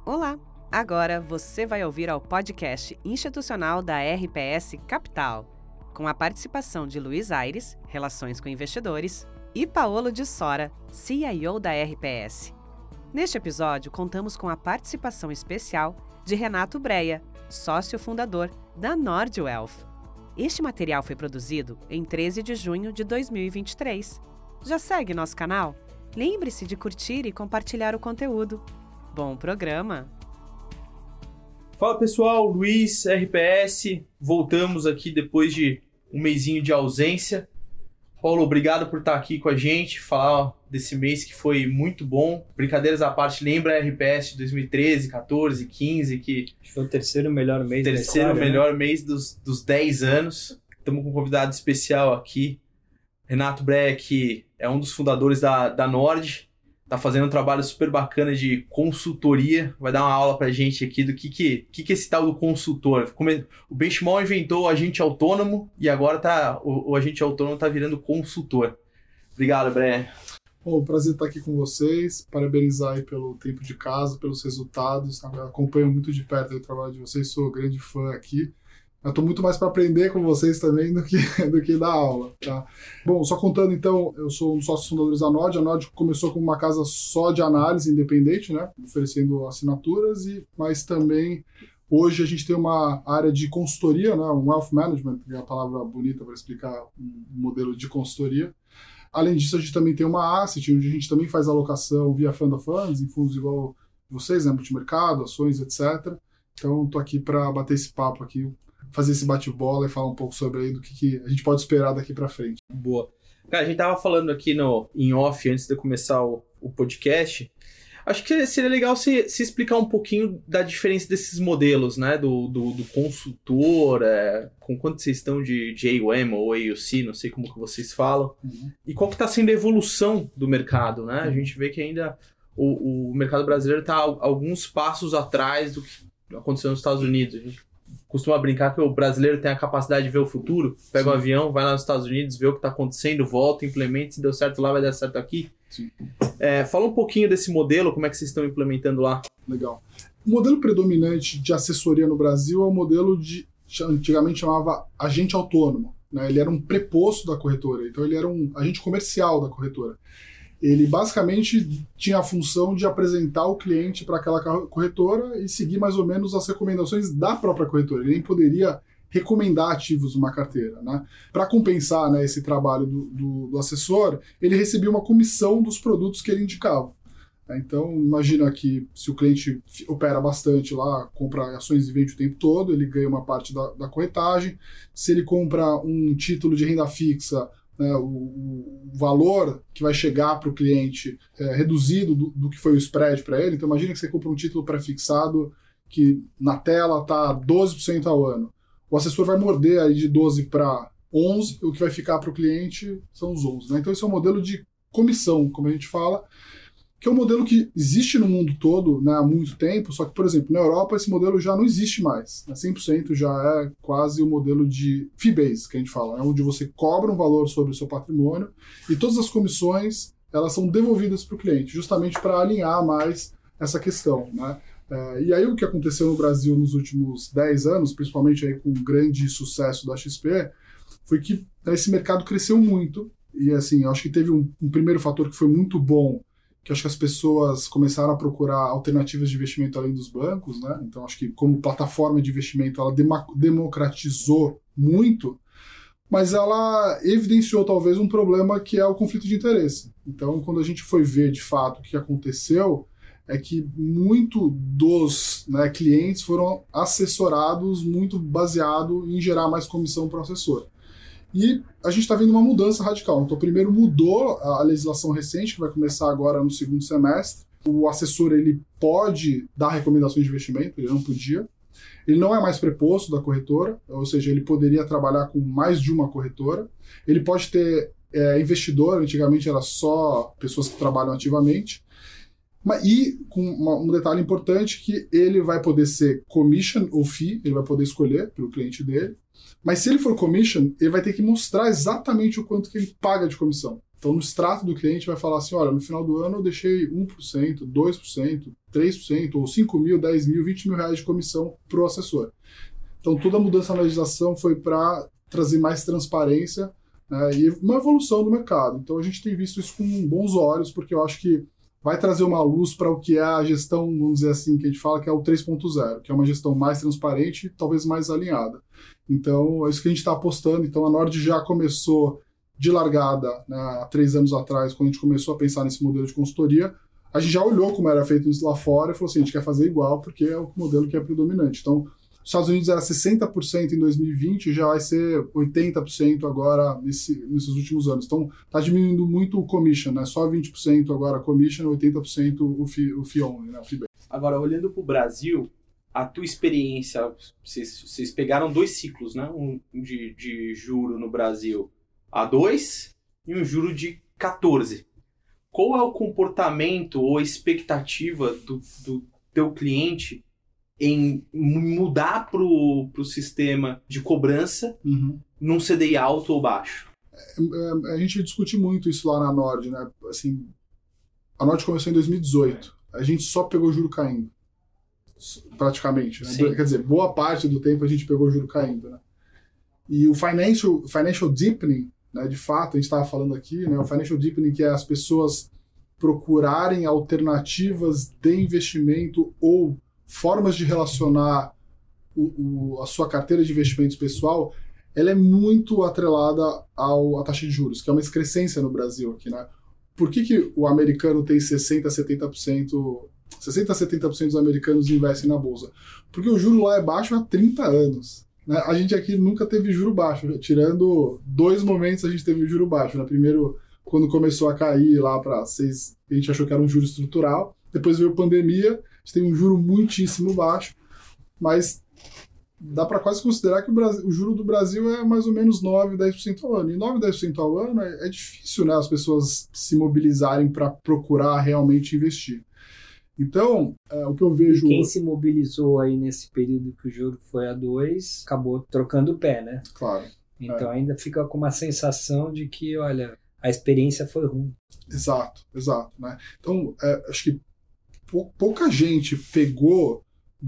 Olá! Agora você vai ouvir ao podcast institucional da RPS Capital, com a participação de Luiz Aires, Relações com Investidores, e Paolo de Sora, CIO da RPS. Neste episódio, contamos com a participação especial de Renato Breia, sócio fundador da NordWealth. Este material foi produzido em 13 de junho de 2023. Já segue nosso canal? Lembre-se de curtir e compartilhar o conteúdo. Bom programa! Fala pessoal, Luiz, RPS, voltamos aqui depois de um mesinho de ausência. Paulo, obrigado por estar aqui com a gente, falar desse mês que foi muito bom. Brincadeiras à parte, lembra a RPS de 2013, 14, 15, que foi o terceiro melhor mês da história, terceiro melhor mês dos 10 anos. Estamos com um convidado especial aqui, Renato Breia, que é um dos fundadores da Nord. Tá fazendo um trabalho super bacana de consultoria, vai dar uma aula pra gente aqui do que é esse tal do consultor. O Benchimol inventou o agente autônomo e agora o agente autônomo tá virando consultor. Obrigado, Breia. Bom, prazer estar aqui com vocês, parabenizar aí pelo tempo de casa, pelos resultados, acompanho muito de perto o trabalho de vocês, sou grande fã aqui. Eu estou muito mais para aprender com vocês também do que dar aula, tá? Bom, só contando então, eu sou um dos sócios fundadores da Nord. A Nord começou como uma casa só de análise independente, né? Oferecendo assinaturas, mas também hoje a gente tem uma área de consultoria, né? Um wealth management, que é a palavra bonita para explicar um modelo de consultoria. Além disso, a gente também tem uma asset, onde a gente também faz alocação via fund of funds, em fundos igual vocês, né? Multimercado, ações, etc. Então, estou aqui para bater esse papo aqui, fazer esse bate-bola e falar um pouco sobre aí do que a gente pode esperar daqui para frente. Boa. Cara, a gente tava falando aqui em off, antes de começar o podcast. Acho que seria legal se explicar um pouquinho da diferença desses modelos, né? Do consultor, com quanto vocês estão de AUM ou AUC, não sei como que vocês falam. Uhum. E qual que está sendo a evolução do mercado, né? A gente vê que ainda o mercado brasileiro está alguns passos atrás do que aconteceu nos Estados Unidos. A gente costuma brincar que o brasileiro tem a capacidade de ver o futuro, pega um avião, vai lá nos Estados Unidos, vê o que está acontecendo, volta, implementa, se deu certo lá, vai dar certo aqui. Sim. Fala um pouquinho desse modelo, como é que vocês estão implementando lá. Legal. O modelo predominante de assessoria no Brasil é o modelo antigamente chamava agente autônomo, né? Ele era um preposto da corretora, então ele era um agente comercial da corretora. Ele basicamente tinha a função de apresentar o cliente para aquela corretora e seguir mais ou menos as recomendações da própria corretora. Ele nem poderia recomendar ativos numa carteira, né? Para compensar, né, esse trabalho do assessor, ele recebia uma comissão dos produtos que ele indicava. Então, imagina que se o cliente opera bastante lá, compra ações e vende o tempo todo, ele ganha uma parte da corretagem. Se ele compra um título de renda fixa, o valor que vai chegar para o cliente é reduzido do que foi o spread para ele. Então imagina que você compra um título pré-fixado que na tela está 12% ao ano. O assessor vai morder aí de 12 para 11, o que vai ficar para o cliente são os 11. Né? Então esse é um modelo de comissão, como a gente fala, que é um modelo que existe no mundo todo, né, há muito tempo, só que, por exemplo, na Europa esse modelo já não existe mais. Né, 100% já é quase o modelo de fee-based, que a gente fala, né, onde você cobra um valor sobre o seu patrimônio e todas as comissões elas são devolvidas para o cliente, justamente para alinhar mais essa questão. Né? E aí o que aconteceu no Brasil nos últimos 10 anos, principalmente aí com o grande sucesso da XP, foi que esse mercado cresceu muito e assim, eu acho que teve um primeiro fator que foi muito bom, que acho que as pessoas começaram a procurar alternativas de investimento além dos bancos, né? Então acho que como plataforma de investimento ela democratizou muito, mas ela evidenciou talvez um problema que é o conflito de interesse. Então quando a gente foi ver de fato o que aconteceu, é que muito dos clientes foram assessorados muito baseado em gerar mais comissão para o assessor. E a gente está vendo uma mudança radical. Então, primeiro mudou a legislação recente, que vai começar agora no segundo semestre. O assessor ele pode dar recomendações de investimento, ele não podia. Ele não é mais preposto da corretora, ou seja, ele poderia trabalhar com mais de uma corretora. Ele pode ter investidor, antigamente era só pessoas que trabalham ativamente. E com um detalhe importante que ele vai poder ser commission ou fee, ele vai poder escolher pelo cliente dele. Mas se ele for commission, ele vai ter que mostrar exatamente o quanto que ele paga de comissão. Então, no extrato do cliente vai falar assim, olha, no final do ano eu deixei 1%, 2%, 3%, ou 5 mil, 10 mil, 20 mil reais de comissão para o assessor. Então, toda a mudança na legislação foi para trazer mais transparência, né, e uma evolução do mercado. Então, a gente tem visto isso com bons olhos, porque eu acho que vai trazer uma luz para o que é a gestão, vamos dizer assim, que a gente fala que é o 3.0, que é uma gestão mais transparente e talvez mais alinhada. Então, é isso que a gente está apostando. Então, a Nord já começou de largada, né, há 3 anos atrás, quando a gente começou a pensar nesse modelo de consultoria, a gente já olhou como era feito isso lá fora e falou assim, a gente quer fazer igual, porque é o modelo que é predominante. Então, os Estados Unidos era 60% em 2020, já vai ser 80% agora nesses últimos anos. Então, está diminuindo muito o commission, né? Só 20% agora commission, 80% o fee only, né? O fee based. Agora, olhando para o Brasil, a tua experiência, vocês pegaram 2 ciclos, né? Um de juro no Brasil a 2 e um juro de 14. Qual é o comportamento ou expectativa do teu cliente em mudar para o sistema de cobrança num CDI alto ou baixo? A gente discute muito isso lá na Nord, né? Assim, a Nord começou em 2018. A gente só pegou juro caindo, praticamente. Né? Quer dizer, boa parte do tempo a gente pegou juro caindo. Né? E o financial deepening, né, de fato, a gente estava falando aqui, né, o financial deepening, que é as pessoas procurarem alternativas de investimento ou formas de relacionar a sua carteira de investimentos pessoal, ela é muito atrelada à taxa de juros, que é uma excrescência no Brasil aqui, né? Por que o americano tem 60% a 70% dos americanos investem na bolsa? Porque o juro lá é baixo há 30 anos. Né? A gente aqui nunca teve juro baixo, tirando 2 momentos a gente teve juro baixo. Né? Primeiro, quando começou a cair lá para 6, a gente achou que era um juro estrutural. Depois veio a pandemia, a gente tem um juro muitíssimo baixo, mas dá para quase considerar que o juro do Brasil é mais ou menos 9%, 10% ao ano. E 9%, 10% ao ano é difícil, né, as pessoas se mobilizarem para procurar realmente investir. Então, o que eu vejo... Quem se mobilizou aí nesse período que o juro foi a 2, acabou trocando o pé, né? Claro. Então ainda fica com uma sensação de que, olha, a experiência foi ruim. Exato. Né? Então, acho que pouca gente pegou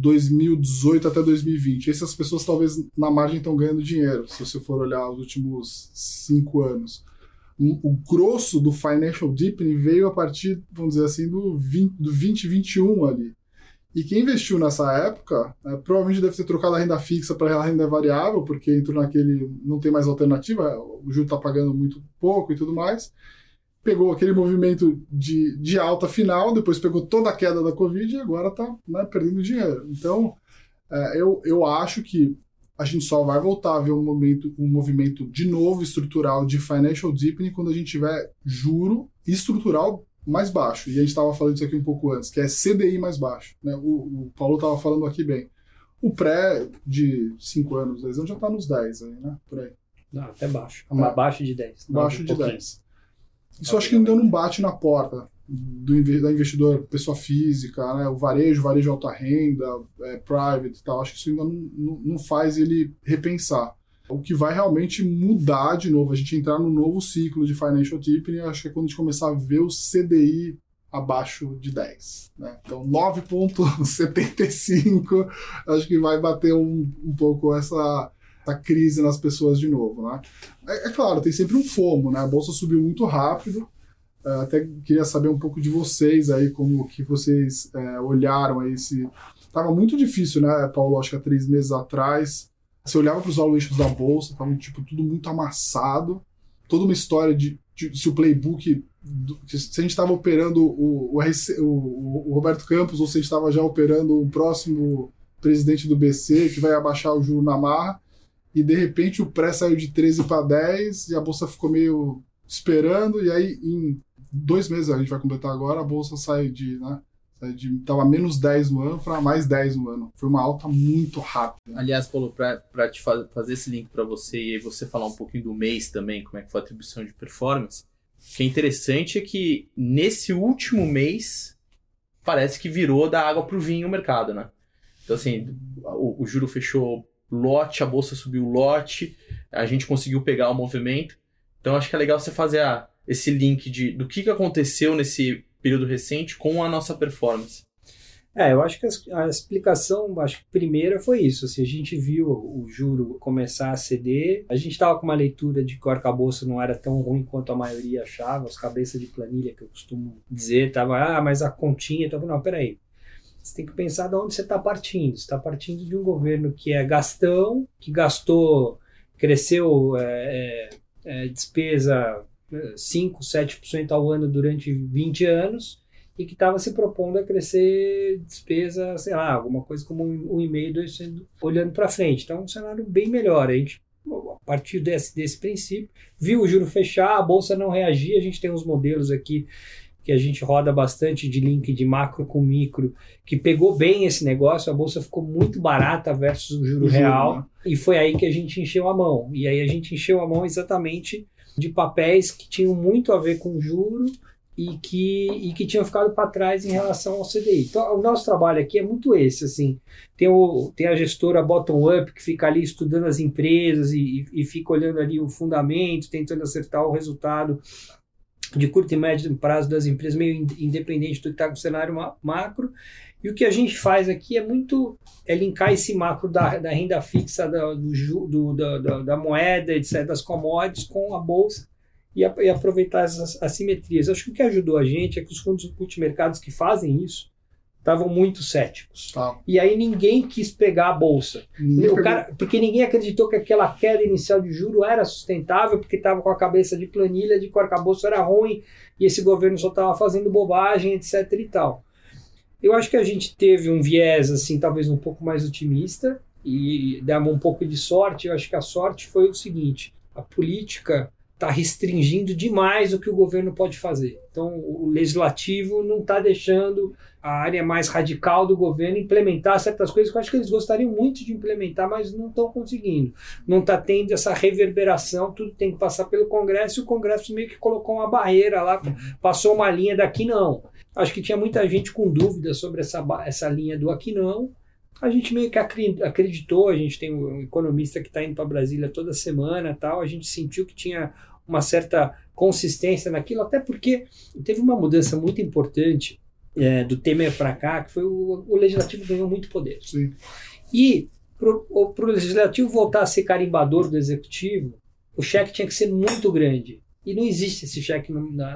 2018 até 2020. Essas pessoas talvez na margem estão ganhando dinheiro, se você for olhar os últimos 5 anos. O grosso do financial deepening veio a partir, vamos dizer assim, do 2021 ali. E quem investiu nessa época, provavelmente deve ter trocado a renda fixa para a renda variável, porque entrou naquele, não tem mais alternativa, o juro está pagando muito pouco e tudo mais. Pegou aquele movimento de alta final, depois pegou toda a queda da Covid e agora está, né, perdendo dinheiro. Então, eu acho que a gente só vai voltar a ver um movimento de novo estrutural de financial deepening quando a gente tiver juro estrutural mais baixo. E a gente estava falando isso aqui um pouco antes, que é CDI mais baixo. Né? O Paulo estava falando aqui bem. O pré de 5 anos, 10 anos já está nos 10 aí, né? Por aí. Não, até baixo. Abaixo de 10. Abaixo de 10. Isso acho que ainda não bate na porta da investidor, pessoa física, né? O varejo alta renda, private e tal. Acho que isso ainda não faz ele repensar. O que vai realmente mudar de novo, a gente entrar num novo ciclo de financial deepening, acho que é quando a gente começar a ver o CDI abaixo de 10. Né? Então, 9,75, acho que vai bater um pouco essa crise nas pessoas de novo. Né? É claro, tem sempre um FOMO, né? A bolsa subiu muito rápido. Até queria saber um pouco de vocês aí, como que vocês olharam aí. Tava muito difícil, né, Paulo? Acho que há 3 meses atrás, você olhava para os valuations da bolsa, tava tudo muito amassado. Toda uma história de se o playbook, se a gente estava operando o Roberto Campos ou se a gente estava já operando o próximo presidente do BC, que vai abaixar o juro na marra, e de repente o pré saiu de 13 para 10 e a bolsa ficou meio esperando, e aí em 2 meses, a gente vai completar agora, a bolsa sai tava menos 10 no ano para mais 10 no ano. Foi uma alta muito rápida. Aliás, Paulo, para te fazer esse link para você e aí você falar um pouquinho do mês também, como é que foi a atribuição de performance, o que é interessante é que nesse último mês parece que virou da água pro vinho o mercado, né? Então, assim, o juro fechou lote, a bolsa subiu lote, a gente conseguiu pegar o movimento. Então, acho que é legal você fazer esse link do que aconteceu nesse período recente com a nossa performance? Eu acho que a explicação, acho que primeira foi isso, assim, a gente viu o juro começar a ceder, a gente estava com uma leitura de que o arcabouço não era tão ruim quanto a maioria achava, as cabeças de planilha que eu costumo dizer, mas a continha, não, peraí, você tem que pensar de onde você está partindo, você está partindo de um governo que é gastão, que cresceu despesa 5%, 7% ao ano durante 20 anos, e que estava se propondo a crescer despesa, sei lá, alguma coisa como 1,5%, 2% olhando para frente. Então, um cenário bem melhor. A gente, a partir desse princípio, viu o juro fechar, a Bolsa não reagir. A gente tem uns modelos aqui que a gente roda bastante de link de macro com micro, que pegou bem esse negócio, a Bolsa ficou muito barata versus o juro real, né? E foi aí que a gente encheu a mão. E aí a gente encheu a mão exatamente de papéis que tinham muito a ver com o juro, e que tinham ficado para trás em relação ao CDI. Então, o nosso trabalho aqui é muito esse, assim, tem a gestora bottom-up que fica ali estudando as empresas e fica olhando ali o fundamento, tentando acertar o resultado de curto e médio prazo das empresas, meio independente do que está com o cenário macro. E o que a gente faz aqui é linkar esse macro da renda fixa, da moeda, etc., das commodities com a Bolsa, e aproveitar essas assimetrias. Acho que o que ajudou a gente é que os fundos multimercados que fazem isso estavam muito céticos. E aí ninguém quis pegar a Bolsa. Porque ninguém acreditou que aquela queda inicial de juro era sustentável, porque estava com a cabeça de planilha de que o arcabouço era ruim e esse governo só estava fazendo bobagem, etc. e tal. Eu acho que a gente teve um viés, assim, talvez um pouco mais otimista e demos um pouco de sorte. Eu acho que a sorte foi o seguinte: a política está restringindo demais o que o governo pode fazer. Então, o legislativo não está deixando a área mais radical do governo implementar certas coisas que eu acho que eles gostariam muito de implementar, mas não estão conseguindo. Não está tendo essa reverberação, tudo tem que passar pelo Congresso, e o Congresso meio que colocou uma barreira lá, passou uma linha daqui não. Acho que tinha muita gente com dúvidas sobre essa linha do aqui não. A gente meio que acreditou, a gente tem um economista que está indo para Brasília toda semana, tal, a gente sentiu que tinha uma certa consistência naquilo, até porque teve uma mudança muito importante do Temer para cá, que foi o legislativo ganhou muito poder. Sim. E para o legislativo voltar a ser carimbador do executivo, o cheque tinha que ser muito grande. E não existe esse cheque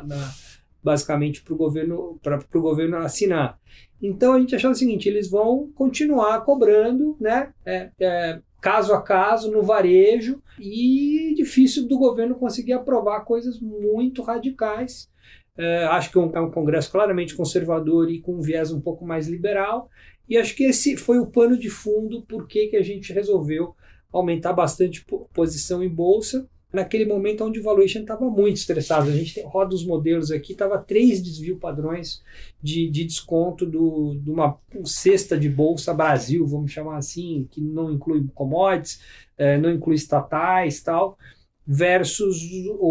basicamente para o governo assinar. Então a gente achou o seguinte: eles vão continuar cobrando, né, caso a caso, no varejo, e difícil do governo conseguir aprovar coisas muito radicais. Acho que é um Congresso claramente conservador e com um viés um pouco mais liberal, e acho que esse foi o pano de fundo por que a gente resolveu aumentar bastante posição em Bolsa, naquele momento onde o valuation estava muito estressado. A gente roda os modelos aqui, estava 3 desvios padrões de desconto de uma cesta de Bolsa Brasil, vamos chamar assim, que não inclui commodities, não inclui estatais, tal, versus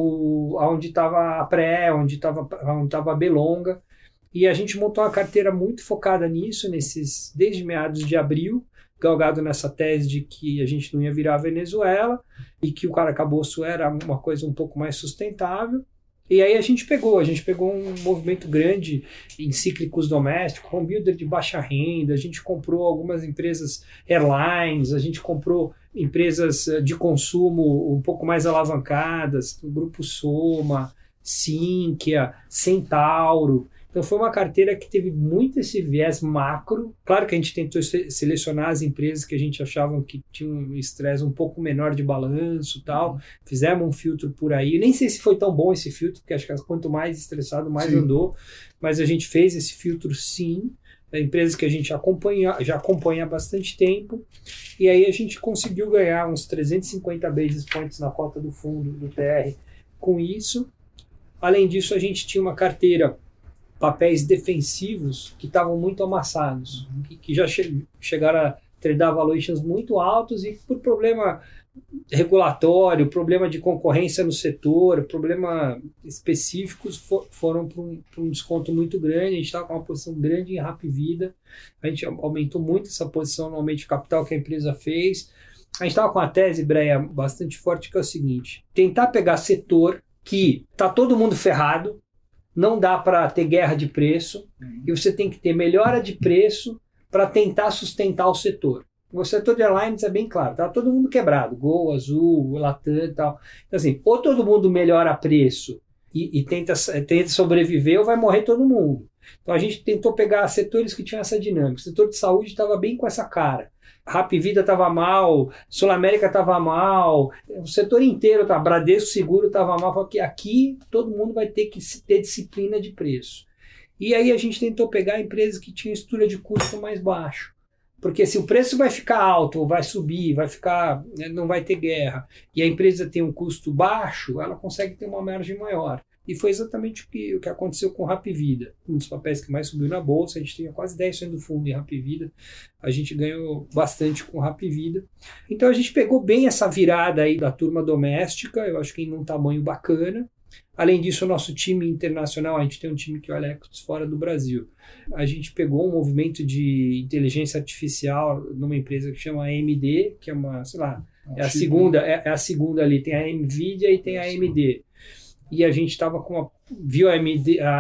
onde estava a pré, onde estava a Belonga. E a gente montou uma carteira muito focada nisso, desde meados de abril, galgado nessa tese de que a gente não ia virar a Venezuela e que o arcabouço era uma coisa um pouco mais sustentável. E aí a gente pegou um movimento grande em cíclicos domésticos, home builder de baixa renda, a gente comprou algumas empresas airlines, a gente comprou empresas de consumo um pouco mais alavancadas, o Grupo Soma, Sinqia, Centauro. Então foi uma carteira que teve muito esse viés macro. Claro que a gente tentou selecionar as empresas que a gente achava que tinham um estresse um pouco menor de balanço e tal. Fizemos um filtro por aí. Nem sei se foi tão bom esse filtro, porque acho que quanto mais estressado, mais andou. Mas a gente fez esse filtro sim. Empresas que a gente já acompanha há bastante tempo. E aí a gente conseguiu ganhar uns 350 basis points na cota do fundo do TR com isso. Além disso, a gente tinha uma carteira papéis defensivos que estavam muito amassados, que já chegaram a tradar valuations muito altos e por problema regulatório, problema de concorrência no setor, problema específicos, foram para um desconto muito grande. A gente estava com uma posição grande em Hapvida, a gente aumentou muito essa posição no aumento de capital que a empresa fez. A gente estava com a tese, Breia, bastante forte, que é o seguinte: tentar pegar setor que tá todo mundo ferrado, não dá para ter guerra de preço, e você tem que ter melhora de preço para tentar sustentar o setor. O setor de airlines é bem claro, tá todo mundo quebrado, Gol, Azul, Latam e tal. Então assim, ou todo mundo melhora preço e tenta sobreviver, ou vai morrer todo mundo. Então a gente tentou pegar setores que tinham essa dinâmica. O setor de saúde estava bem com essa cara. Rapvida estava mal, Sul América estava mal, o setor inteiro, Bradesco Seguro estava mal. Porque aqui todo mundo vai ter que ter disciplina de preço. E aí a gente tentou pegar empresas que tinham estrutura de custo mais baixo. Porque se o preço vai ficar alto, ou vai subir, não vai ter guerra, e a empresa tem um custo baixo, ela consegue ter uma margem maior. E foi exatamente o que aconteceu com o Rapvida. Um dos papéis que mais subiu na bolsa, a gente tinha quase 10% do fundo em Rapvida, a gente ganhou bastante com o Rapvida. Então a gente pegou bem essa virada aí da turma doméstica, eu acho que em um tamanho bacana. Além disso, o nosso time internacional, a gente tem um time que olha equities fora do Brasil. A gente pegou um movimento de inteligência artificial numa empresa que chama AMD, que é uma, sei lá, é a segunda ali, tem a NVIDIA e tem a AMD. E a gente estava viu a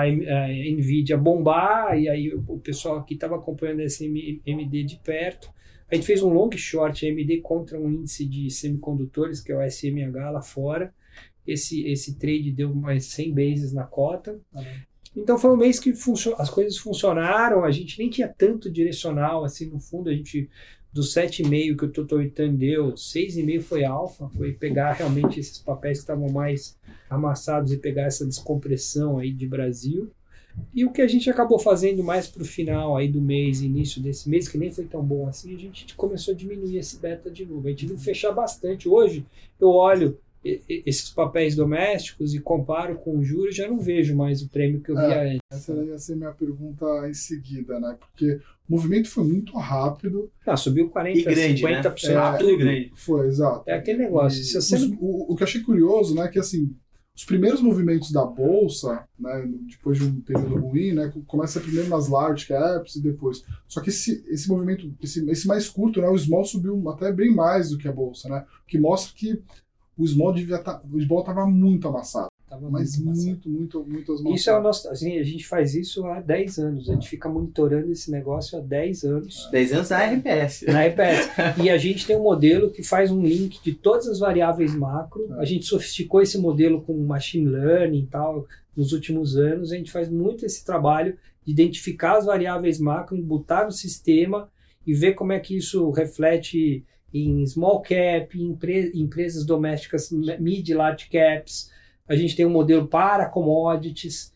NVIDIA bombar, e aí o pessoal aqui estava acompanhando esse AMD de perto. A gente fez um long short AMD contra um índice de semicondutores, que é o SMH lá fora. Esse trade deu mais 100 bases na cota. Então foi um mês que as coisas funcionaram, a gente nem tinha tanto direcional, assim, no fundo, a gente, dos 7,5 que o Totoitan deu, 6,5 foi alfa, foi pegar realmente esses papéis que estavam mais amassados e pegar essa descompressão aí de Brasil. E o que a gente acabou fazendo mais para o final aí do mês, início desse mês, que nem foi tão bom assim, a gente começou a diminuir esse beta de novo. A gente viu fechar bastante. Hoje eu olho esses papéis domésticos e comparo com o juros, já não vejo mais o prêmio que eu via antes. Essa ia ser minha pergunta em seguida, né? Porque o movimento foi muito rápido. Subiu 40%, grande, 50%. Né? Rápido e grande. Foi, exato. É aquele negócio. O que eu achei curioso, né, que assim, os primeiros movimentos da bolsa, né, depois de um período ruim, né, começa primeiro nas large caps e depois. Só que esse movimento, esse mais curto, né, o small subiu até bem mais do que a bolsa, né? O que mostra que o small estava muito amassado. Mas muito amassado. Isso é o nosso, assim, a gente faz isso há 10 anos. A gente fica monitorando esse negócio há 10 anos. 10 anos na RPS. Na RPS. E a gente tem um modelo que faz um link de todas as variáveis macro. A gente sofisticou esse modelo com machine learning e tal nos últimos anos. A gente faz muito esse trabalho de identificar as variáveis macro, botar no sistema e ver como é que isso reflete em small cap, em empresas domésticas, mid, large caps. A gente tem um modelo para commodities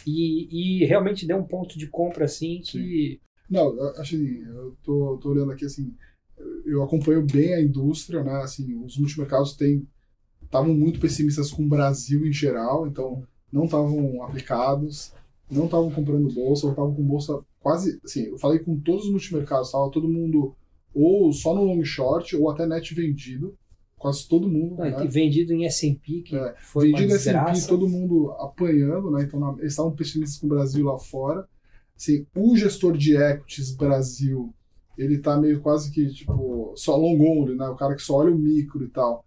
e realmente deu um ponto de compra assim que... Não, acho assim, eu tô olhando aqui assim, eu acompanho bem a indústria, né? Assim, os multimercados estavam muito pessimistas com o Brasil em geral, então não estavam aplicados, não estavam comprando bolsa, ou estavam com bolsa quase... Assim, eu falei com todos os multimercados, estava todo mundo ou só no long short, ou até net vendido, quase todo mundo. Né? Vendido em S&P, que foi vendido uma desgraça. S&P, todo mundo apanhando, né? Então eles estavam pessimistas com o Brasil lá fora. Assim, o gestor de equities Brasil, ele tá meio quase que, tipo, só long only, né? O cara que só olha o micro e tal.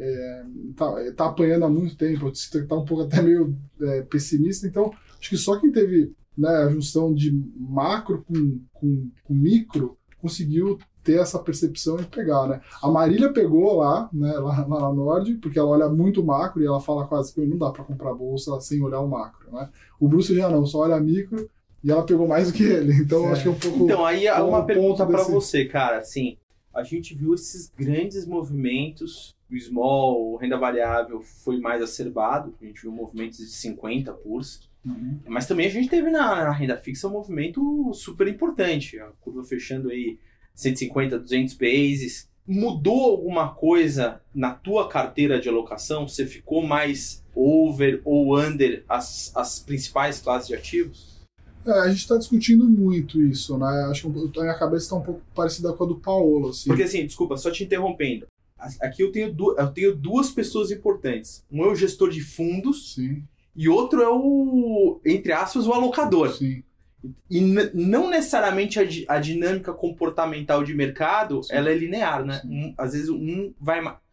Tá apanhando há muito tempo, tá um pouco até meio pessimista, então acho que só quem teve, né, a junção de macro com micro conseguiu ter essa percepção e pegar, né? A Marília pegou lá, né, lá na Nord, porque ela olha muito macro e ela fala quase que não dá para comprar bolsa sem olhar o macro, né? O Bruce já não, só olha micro e ela pegou mais do que ele, então acho que é um pouco... Então, aí há uma pergunta para você, cara, assim, a gente viu esses grandes movimentos, o small, renda variável foi mais acerbado, a gente viu movimentos de 50%, mas também a gente teve na renda fixa um movimento super importante, a curva fechando aí 150, 200 bases. Mudou alguma coisa na tua carteira de alocação? Você ficou mais over ou under as principais classes de ativos? A gente está discutindo muito isso, né? Acho que a minha cabeça está um pouco parecida com a do Paolo, assim. Porque assim, desculpa, só te interrompendo. Aqui eu tenho duas pessoas importantes. Um é o gestor de fundos. Sim. E outro é o, entre aspas, o alocador. Sim. E não necessariamente a dinâmica comportamental de mercado, ela é linear, né? Às vezes um vai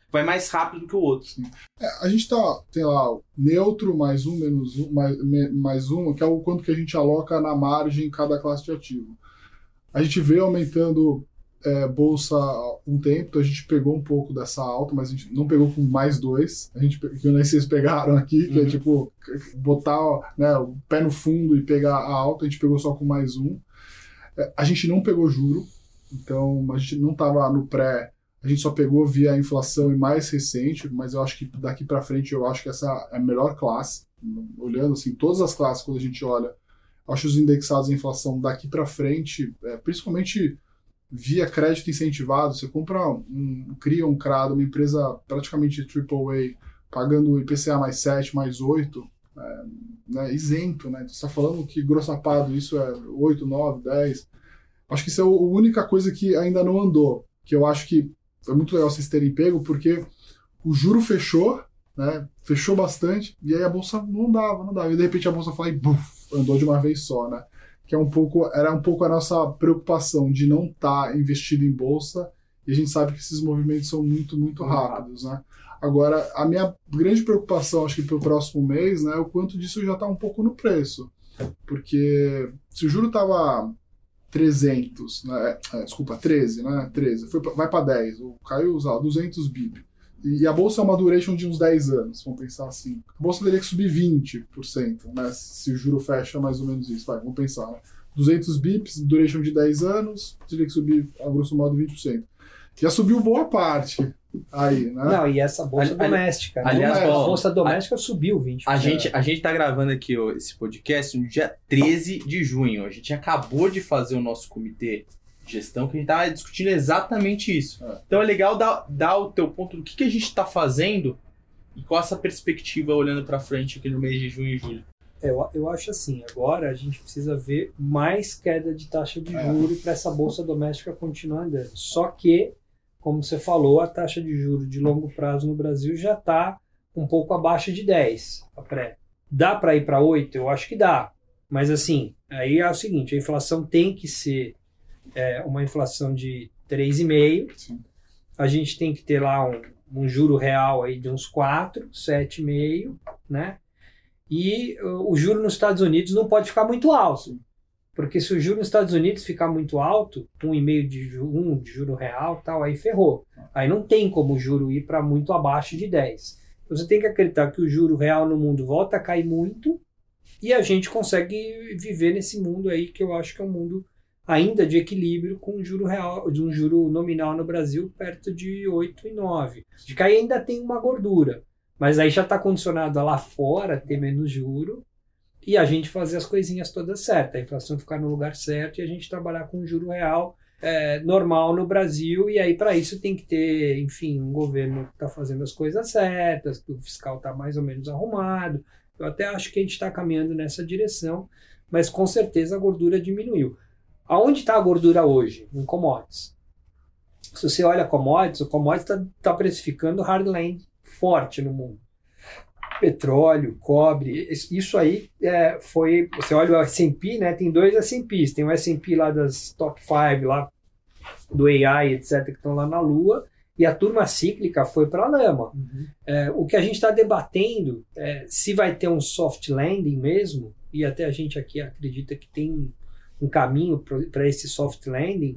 vai mais rápido do que o outro. A gente tem lá neutro, mais um, menos um, mais um, que é o quanto que a gente aloca na margem em cada classe de ativo. A gente veio aumentando bolsa há um tempo, então a gente pegou um pouco dessa alta, mas a gente não pegou com mais 2. Que eu nem sei se pegaram aqui, que é tipo botar, né, o pé no fundo e pegar a alta, a gente pegou só com mais 1. A gente não pegou juro, então a gente não estava no pré, a gente só pegou via inflação e mais recente, mas eu acho que daqui para frente eu acho que essa é a melhor classe. Olhando assim, todas as classes, quando a gente olha, acho os indexados em inflação daqui para frente, principalmente via crédito incentivado, você cria um CRADO, uma empresa praticamente AAA, pagando IPCA mais 7, mais 8, né, isento, né? Você está falando que grossapado isso é 8, 9, 10. Acho que isso é a única coisa que ainda não andou, que eu acho que é muito legal vocês terem pego, porque o juro fechou, né? Fechou bastante, e aí a bolsa não dava. E de repente a bolsa foi e buf, andou de uma vez só, né? Que era um pouco a nossa preocupação de não estar investido em bolsa, e a gente sabe que esses movimentos são muito, muito rápidos, né? Agora, a minha grande preocupação, acho que para o próximo mês, né, é o quanto disso já está um pouco no preço. Porque se o juro estava 300, né, 13, né, 13, vai para 10, caiu 200 bip. E a bolsa é uma duration de uns 10 anos, vamos pensar assim. A bolsa teria que subir 20%, né, se o juro fecha mais ou menos isso. Vamos pensar, né? 200 bips, duration de 10 anos, teria que subir, a grosso modo, 20%. Já subiu boa parte aí, né? Não, e essa bolsa doméstica. Aliás, a bolsa doméstica subiu 20%. A gente tá gravando aqui esse podcast no dia 13 de junho. A gente acabou de fazer o nosso comitê de gestão, que a gente tava discutindo exatamente isso. Então é legal dar o teu ponto do que a gente tá fazendo e qual essa perspectiva olhando para frente aqui no mês de junho e julho. Eu acho assim, agora a gente precisa ver mais queda de taxa de juros para essa bolsa doméstica continuar andando. Só que, como você falou, a taxa de juros de longo prazo no Brasil já está um pouco abaixo de 10, a pré. Dá para ir para 8? Eu acho que dá. Mas assim, aí é o seguinte, a inflação tem que ser uma inflação de 3,5%. A gente tem que ter lá um juro real aí de uns 4, 7,5%, né? E o juro nos Estados Unidos não pode ficar muito alto. Porque se o juro nos Estados Unidos ficar muito alto, 1,5% de juro real, tal, aí ferrou. Aí não tem como o juro ir para muito abaixo de 10%. Então você tem que acreditar que o juro real no mundo volta a cair muito e a gente consegue viver nesse mundo aí que eu acho que é um mundo ainda de equilíbrio com um juro real, de um juro nominal no Brasil perto de 8 e 9. De que aí ainda tem uma gordura. Mas aí já está condicionado a lá fora ter menos juro e a gente fazer as coisinhas todas certas. A inflação ficar no lugar certo e a gente trabalhar com um juro real normal no Brasil. E aí para isso tem que ter, enfim, um governo que está fazendo as coisas certas, que o fiscal está mais ou menos arrumado. Eu até acho que a gente está caminhando nessa direção, mas com certeza a gordura diminuiu. Aonde está a gordura hoje? Em commodities. Se você olha commodities, o commodities está precificando hardland forte no mundo. Petróleo, cobre, isso aí foi... Você olha o S&P, né? Tem 2 S&Ps. Tem o S&P lá das top 5, lá do AI, etc., que estão lá na Lua, e a turma cíclica foi para a lama. O que a gente está debatendo se vai ter um soft landing mesmo, e até a gente aqui acredita que tem um caminho para esse soft landing,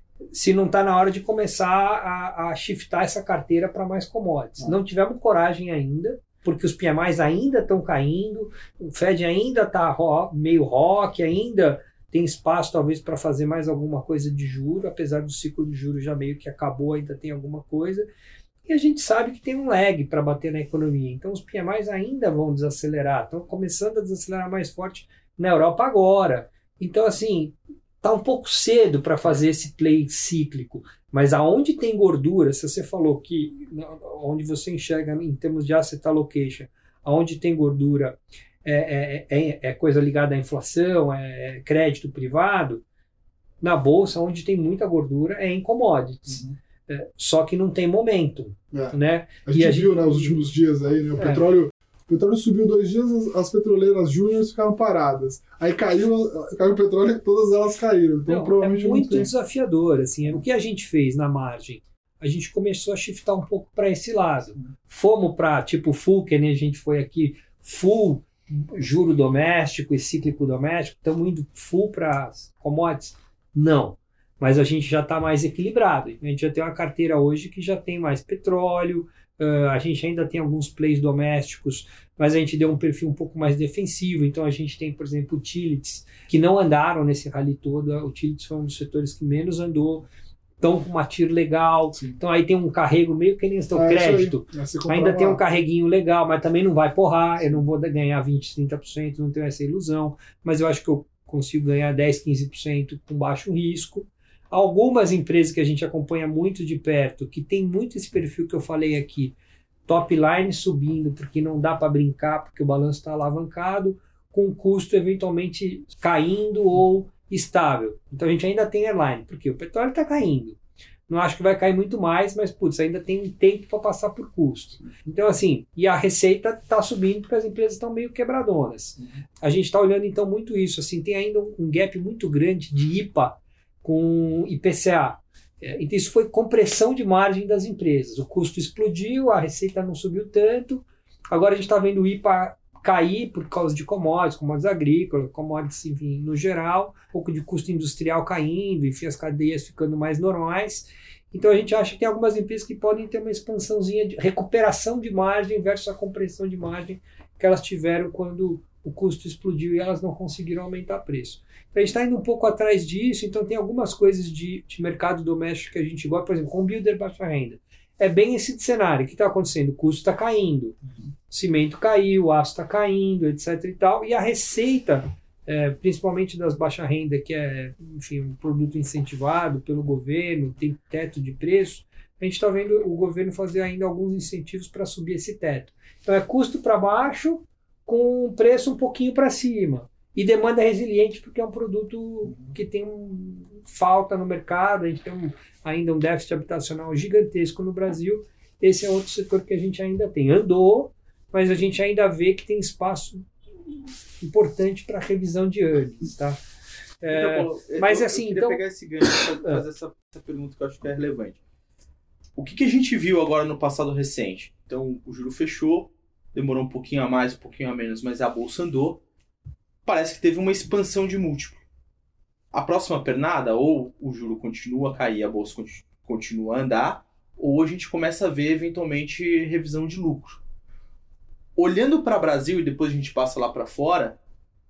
se não está na hora de começar a shiftar essa carteira para mais commodities. Não tivemos coragem ainda, porque os PMIs ainda estão caindo, o Fed ainda está meio rock, ainda tem espaço talvez para fazer mais alguma coisa de juro, apesar do ciclo de juros já meio que acabou, ainda tem alguma coisa. E a gente sabe que tem um lag para bater na economia. Então os PMIs ainda vão desacelerar, estão começando a desacelerar mais forte na Europa agora. Então assim... Está um pouco cedo para fazer esse play cíclico, mas aonde tem gordura, se você falou que onde você enxerga em termos de asset allocation, aonde tem gordura é coisa ligada à inflação, é crédito privado, na bolsa onde tem muita gordura é em commodities, só que não tem momento. Né? A gente viu nos últimos dias aí, né, o petróleo subiu 2 dias, as petroleiras júniores ficaram paradas. Aí caiu o petróleo e todas elas caíram. Então, provavelmente é muito desafiador. Assim, o que a gente fez na margem? a gente começou a shiftar um pouco para esse lado. Fomos para tipo full, que nem a gente foi aqui, full juro doméstico e cíclico doméstico, estamos indo full para commodities? Não. Mas a gente já está mais equilibrado. A gente já tem uma carteira hoje que já tem mais petróleo, a gente ainda tem alguns plays domésticos, mas a gente deu um perfil um pouco mais defensivo. Então a gente tem, por exemplo, utilities, que não andaram nesse rally todo. Utilities foi um dos setores que menos andou, estão com uma TIR legal. Sim. Então aí tem um carrego meio que nem o crédito. Ainda tem um carreguinho legal, mas também não vai porrar. Eu não vou ganhar 20%, 30%, não tenho essa ilusão. Mas eu acho que eu consigo ganhar 10%, 15% com baixo risco. Algumas empresas que a gente acompanha muito de perto, que tem muito esse perfil que eu falei aqui, top line subindo, porque não dá para brincar, porque o balanço está alavancado, com o custo eventualmente caindo ou estável. Então a gente ainda tem airline, porque o petróleo está caindo. Não acho que vai cair muito mais, mas putz, ainda tem um tempo para passar por custo. Então assim, e a receita está subindo porque as empresas estão meio quebradonas. A gente está olhando então muito isso, assim, tem ainda um gap muito grande de IPA com IPCA. Então isso foi compressão de margem das empresas. O custo explodiu, a receita não subiu tanto. Agora a gente está vendo o IPA cair por causa de commodities agrícolas, commodities, enfim, no geral, um pouco de custo industrial caindo, enfim, as cadeias ficando mais normais. Então a gente acha que tem algumas empresas que podem ter uma expansãozinha de recuperação de margem versus a compressão de margem que elas tiveram quando o custo explodiu e elas não conseguiram aumentar preço. Então a gente está indo um pouco atrás disso, então tem algumas coisas de mercado doméstico que a gente gosta, por exemplo, com builder baixa renda. É bem esse cenário. O que está acontecendo? O custo está caindo, cimento caiu, o aço está caindo, etc. e tal, e a receita, principalmente das baixa renda, que é, enfim, um produto incentivado pelo governo, tem teto de preço, a gente está vendo o governo fazer ainda alguns incentivos para subir esse teto. Então é custo para baixo, com preço um pouquinho para cima. E demanda resiliente, porque é um produto que tem falta no mercado, a gente tem ainda um déficit habitacional gigantesco no Brasil. Esse é outro setor que a gente ainda tem. Andou, mas a gente ainda vê que tem espaço importante para revisão de earnings. Tá? Mas assim, eu queria pegar esse gancho para fazer essa pergunta que eu acho que é relevante. O que a gente viu agora no passado recente? Então, o juro fechou, demorou um pouquinho a mais, um pouquinho a menos, mas a bolsa andou. Parece que teve uma expansão de múltiplo. A próxima pernada, ou o juro continua a cair, a bolsa continua a andar, ou a gente começa a ver, eventualmente, revisão de lucro. Olhando para o Brasil, e depois a gente passa lá para fora,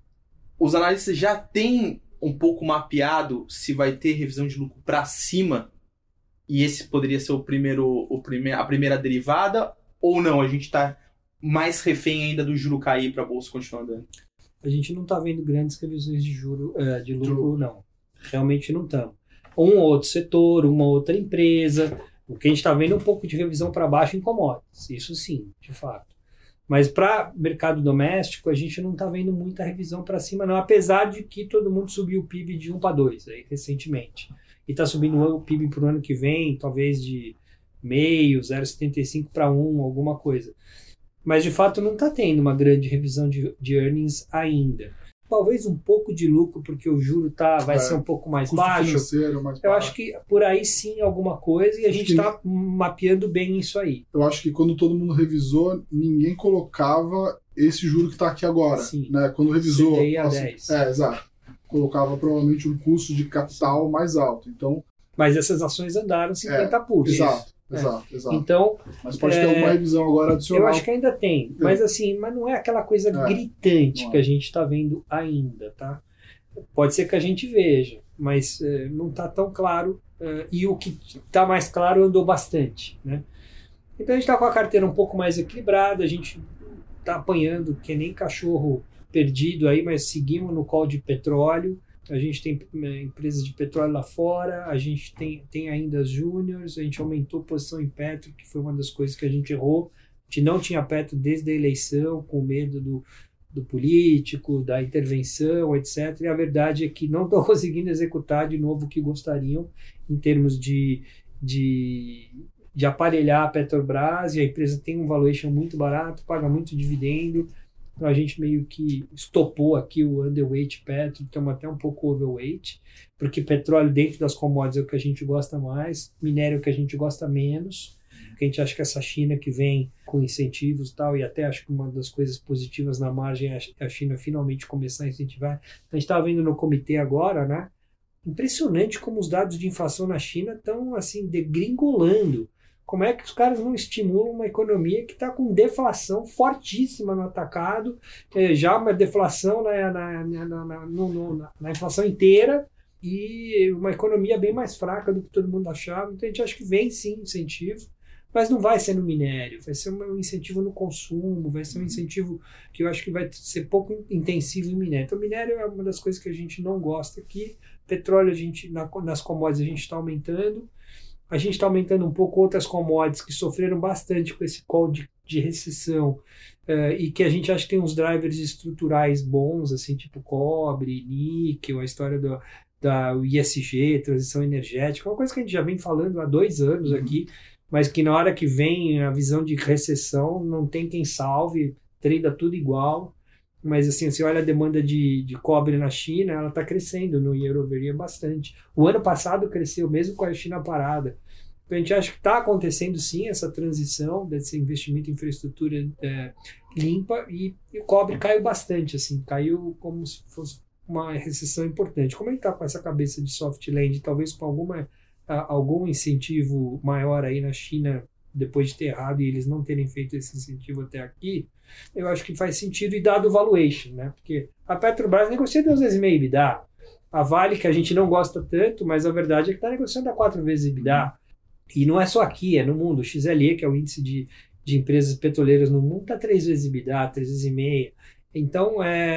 os analistas já têm um pouco mapeado se vai ter revisão de lucro para cima, e esse poderia ser a primeira derivada, ou não, a gente está mais refém ainda do juro cair para a bolsa continuar andando? A gente não está vendo grandes revisões de lucro, não. Realmente não estamos. Um ou outro setor, uma outra empresa. O que a gente está vendo é um pouco de revisão para baixo em commodities. Isso sim, de fato. Mas para mercado doméstico, a gente não está vendo muita revisão para cima, não. Apesar de que todo mundo subiu o PIB de 1 para 2 aí, recentemente. E está subindo o PIB para o ano que vem, talvez de 0,5, 0,75 para 1, alguma coisa. Mas, de fato, não está tendo uma grande revisão de earnings ainda. Talvez um pouco de lucro, porque o juro vai ser um pouco mais baixo. Eu acho que por aí sim alguma coisa, e a gente está mapeando bem isso aí. Eu acho que quando todo mundo revisou, ninguém colocava esse juro que está aqui agora. Sim. Né? Quando revisou... CDI a 10. Exato. Colocava provavelmente um custo de capital mais alto. Então, mas essas ações andaram 50%. Exato. Então, mas pode ter alguma revisão agora adicional. Eu acho que ainda tem, mas assim, mas não é aquela coisa gritante que a gente está vendo ainda, tá? Pode ser que a gente veja, mas não está tão claro, e o que está mais claro andou bastante, né? Então a gente está com a carteira um pouco mais equilibrada, a gente está apanhando que nem cachorro perdido aí, mas seguimos no call de petróleo. A gente tem empresas de petróleo lá fora, a gente tem ainda as júniors, a gente aumentou a posição em Petro, que foi uma das coisas que a gente errou. A gente não tinha Petro desde a eleição, com medo do político, da intervenção, etc. E a verdade é que não estão conseguindo executar de novo o que gostariam em termos de aparelhar a Petrobras, e a empresa tem um valuation muito barato, paga muito dividendo, Então a gente meio que estopou aqui o underweight petro, estamos até um pouco overweight, porque petróleo dentro das commodities é o que a gente gosta mais, minério é o que a gente gosta menos, porque a gente acha que essa China que vem com incentivos e tal, e até acho que uma das coisas positivas na margem é a China finalmente começar a incentivar. A gente estava vendo no comitê agora, né? Impressionante como os dados de inflação na China estão assim degringolando. Como é que os caras não estimulam uma economia que está com deflação fortíssima no atacado, já uma deflação na inflação inteira, e uma economia bem mais fraca do que todo mundo achava. Então a gente acha que vem sim incentivo, mas não vai ser no minério, vai ser um incentivo no consumo, vai ser um incentivo que eu acho que vai ser pouco intensivo em minério. Então minério é uma das coisas que a gente não gosta aqui. Petróleo, nas commodities a gente está aumentando. A gente está aumentando um pouco outras commodities que sofreram bastante com esse call de recessão e que a gente acha que tem uns drivers estruturais bons, assim, tipo cobre, níquel, a história da ESG, transição energética, uma coisa que a gente já vem falando há 2 anos aqui, mas que na hora que vem a visão de recessão não tem quem salve, trada tudo igual. Mas assim, você olha a demanda de cobre na China, ela está crescendo no year-over-year bastante. O ano passado cresceu, mesmo com a China parada. Então a gente acha que está acontecendo sim essa transição desse investimento em infraestrutura limpa, e o cobre caiu bastante, assim, caiu como se fosse uma recessão importante. Como ele está com essa cabeça de soft land, talvez com algum incentivo maior aí na China, depois de ter errado e eles não terem feito esse incentivo até aqui, eu acho que faz sentido, e dado o valuation, né? Porque a Petrobras negocia 2 vezes e meio EBITDA. A Vale, que a gente não gosta tanto, mas a verdade é que está negociando a 4 vezes EBITDA. E não é só aqui, é no mundo. O XLE, que é o índice de empresas petroleiras no mundo, está 3 vezes EBITDA, 3 vezes e meia. Então,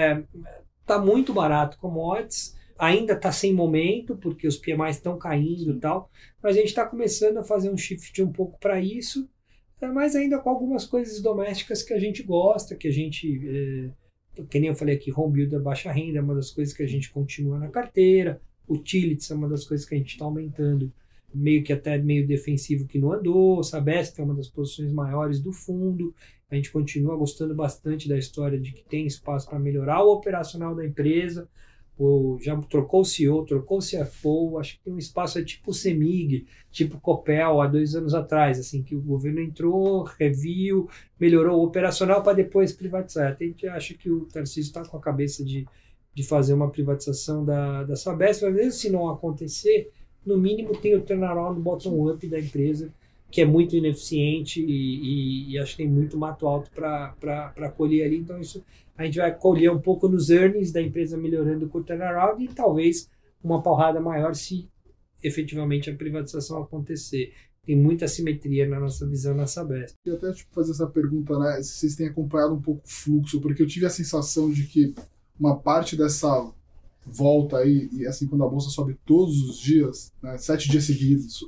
está muito barato commodities. Ainda está sem momento, porque os PMIs estão caindo e tal, mas a gente está começando a fazer um shift um pouco para isso, mas ainda com algumas coisas domésticas que a gente gosta, que a gente, que nem eu falei aqui, home builder baixa renda é uma das coisas que a gente continua na carteira, utilities é uma das coisas que a gente está aumentando, meio que até meio defensivo que não andou, Sabesp é uma das posições maiores do fundo, a gente continua gostando bastante da história de que tem espaço para melhorar o operacional da empresa, já trocou o CEO, trocou o CFO, acho que tem um espaço tipo o CEMIG, tipo Copel, há 2 anos atrás, assim, que o governo entrou, reviu, melhorou o operacional para depois privatizar. A gente acha que o Tarcísio está com a cabeça de fazer uma privatização da Sabesp, mas mesmo se não acontecer, no mínimo tem o turnaround bottom-up da empresa, que é muito ineficiente e acho que tem muito mato alto para colher ali. Então isso a gente vai colher um pouco nos earnings da empresa melhorando com o turnaround, e talvez uma porrada maior se efetivamente a privatização acontecer. Tem muita simetria na nossa visão na Sabesp. E até fazer essa pergunta, né, se vocês têm acompanhado um pouco o fluxo, porque eu tive a sensação de que uma parte dessa volta aí, e assim, quando a bolsa sobe todos os dias, né, 7 dias seguidos,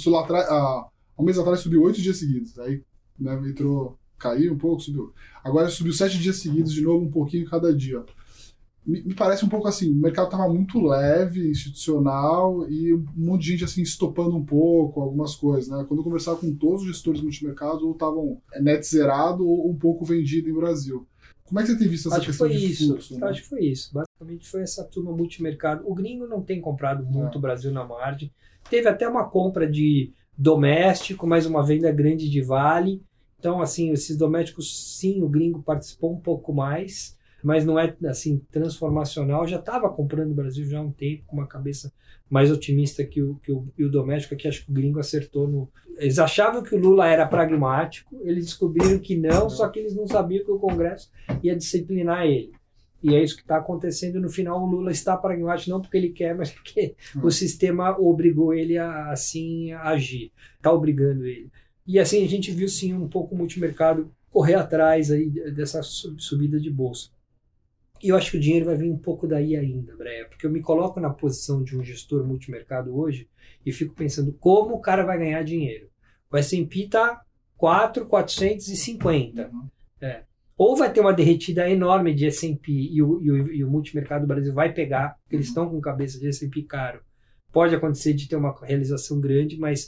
um mês atrás subiu 8 dias seguidos, aí, né, caiu um pouco, subiu. Agora subiu 7 dias seguidos, de novo um pouquinho cada dia. Me parece um pouco assim, o mercado estava muito leve, institucional, e um monte de gente assim estopando um pouco algumas coisas, né? Quando eu conversava com todos os gestores multimercados, ou estavam net zerado ou um pouco vendido em Brasil. Como é que você tem visto essa questão de fluxo? Acho que foi isso. Basicamente foi essa turma multimercado. O gringo não tem comprado muito o Brasil na margem. Teve até uma compra de doméstico, mais uma venda grande de Vale. Então, assim, esses domésticos, sim, o gringo participou um pouco mais, mas não é, assim, transformacional. Já estava comprando o Brasil já há um tempo, com uma cabeça mais otimista que o doméstico, que acho que o gringo acertou. Eles achavam que o Lula era pragmático, eles descobriram que não, só que eles não sabiam que o Congresso ia disciplinar ele. E é isso que está acontecendo. No final, o Lula está pragmático, não porque ele quer, mas porque o sistema obrigou ele a assim, agir. Está obrigando ele. E assim, a gente viu sim um pouco o multimercado correr atrás aí dessa subida de bolsa. E eu acho que o dinheiro vai vir um pouco daí ainda, Breia, porque eu me coloco na posição de um gestor multimercado hoje e fico pensando como o cara vai ganhar dinheiro. O S&P está 4,450. Ou vai ter uma derretida enorme de S&P e o multimercado do Brasil vai pegar, porque eles estão com cabeça de S&P caro. Pode acontecer de ter uma realização grande, mas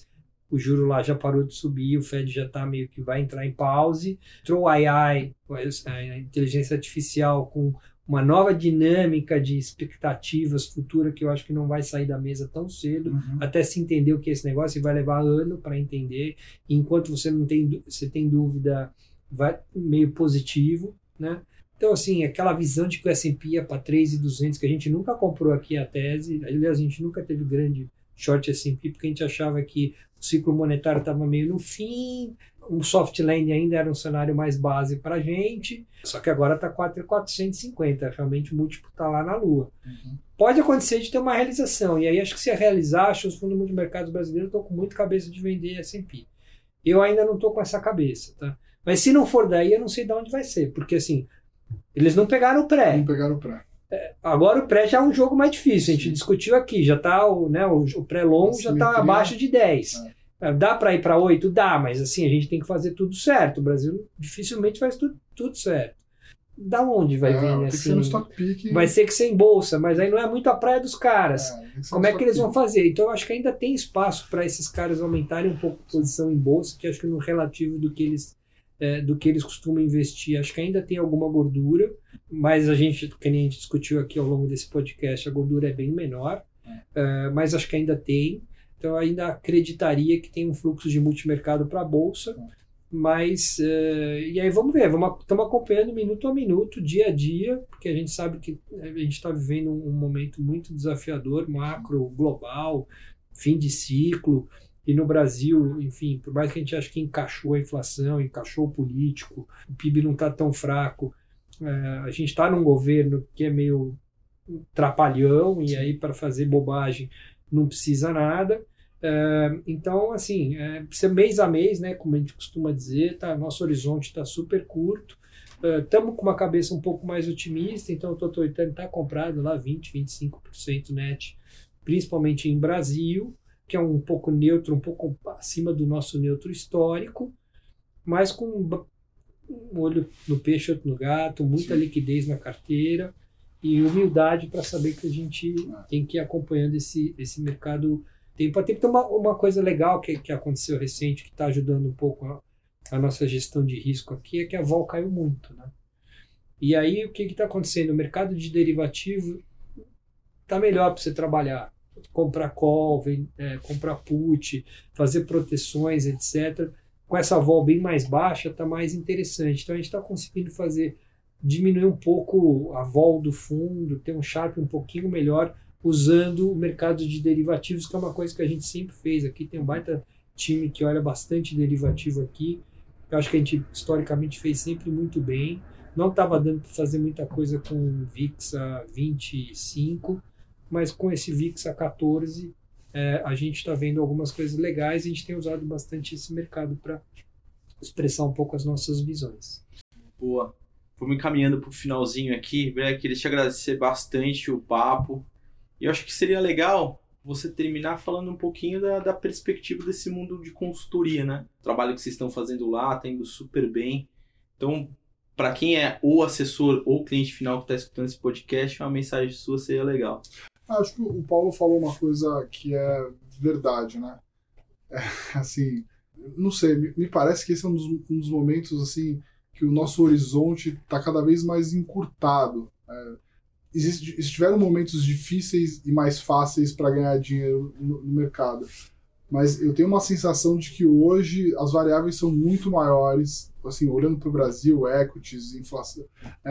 o juro lá já parou de subir, o Fed já está meio que vai entrar em pause. Entrou o AI, a inteligência artificial, com uma nova dinâmica de expectativas futuras que eu acho que não vai sair da mesa tão cedo, até se entender o que é esse negócio, e vai levar ano para entender. E enquanto você tem dúvida, vai meio positivo, né? Então, assim, aquela visão de que o S&P ia para 3.200, que a gente nunca comprou aqui a tese, aliás, a gente nunca teve grande short S&P, porque a gente achava que o ciclo monetário estava meio no fim, um soft landing ainda era um cenário mais base para a gente, só que agora está 4.450, realmente o múltiplo está lá na lua. Pode acontecer de ter uma realização, e aí acho que se realizar, acho que os fundos multimercados brasileiros estão com muita cabeça de vender S&P. Eu ainda não estou com essa cabeça, tá? Mas se não for daí, eu não sei de onde vai ser, porque assim, eles não pegaram o pré. Não pegaram o pré. Agora o pré já é um jogo mais difícil, a gente discutiu aqui, já está o pré-longo já está abaixo de 10. Dá para ir para 8? Dá, mas assim, a gente tem que fazer tudo certo. O Brasil dificilmente faz tudo certo. Da onde vai vir? Tem assim, que ser no stock pick. Vai ser que ser em bolsa, mas aí não é muito a praia dos caras. Como é que eles vão fazer? Então eu acho que ainda tem espaço para esses caras aumentarem um pouco a posição em bolsa, que acho que no relativo do que eles costumam investir, acho que ainda tem alguma gordura, mas a gente, que nem a gente discutiu aqui ao longo desse podcast, a gordura é bem menor, mas acho que ainda tem. Então eu ainda acreditaria que tem um fluxo de multimercado para a bolsa, mas e aí vamos ver, estamos acompanhando minuto a minuto, dia a dia, porque a gente sabe que a gente está vivendo um momento muito desafiador, macro, global, fim de ciclo. E no Brasil, enfim, por mais que a gente ache que encaixou a inflação, encaixou o político, o PIB não está tão fraco, a gente está num governo que é meio trapalhão, e aí para fazer bobagem não precisa nada. Então, assim, precisa mês a mês, né, como a gente costuma dizer, nosso horizonte está super curto. Estamos com uma cabeça um pouco mais otimista, então o Totoitano está comprado lá 20-25% net, principalmente em Brasil, que é um pouco neutro, um pouco acima do nosso neutro histórico, mas com um olho no peixe, outro no gato, muita liquidez na carteira e humildade para saber que a gente tem que ir acompanhando esse mercado tempo a tempo. Tem uma coisa legal que aconteceu recente, que está ajudando um pouco a nossa gestão de risco aqui, é que a vol caiu muito, né? E aí o que está acontecendo? O mercado de derivativo está melhor para você trabalhar. Comprar call, comprar put, fazer proteções, etc. Com essa vol bem mais baixa, está mais interessante. Então a gente está conseguindo diminuir um pouco a vol do fundo, ter um Sharpe um pouquinho melhor, usando o mercado de derivativos, que é uma coisa que a gente sempre fez aqui. Tem um baita time que olha bastante derivativo aqui. Eu acho que a gente historicamente fez sempre muito bem. Não estava dando para fazer muita coisa com VIX a 25, mas com esse VIX a 14, a gente está vendo algumas coisas legais, e a gente tem usado bastante esse mercado para expressar um pouco as nossas visões. Boa. Vamos encaminhando para o finalzinho aqui. Queria te agradecer bastante o papo. E eu acho que seria legal você terminar falando um pouquinho da perspectiva desse mundo de consultoria, né? O trabalho que vocês estão fazendo lá, está indo super bem. Então, para quem é ou assessor ou cliente final que está escutando esse podcast, uma mensagem sua seria legal. Acho que o Paulo falou uma coisa que é verdade, né? Assim, não sei, me parece que esse é um dos momentos assim que o nosso horizonte está cada vez mais encurtado. Tiveram momentos difíceis e mais fáceis para ganhar dinheiro no mercado, mas eu tenho uma sensação de que hoje as variáveis são muito maiores, assim, olhando para o Brasil, equities, inflação.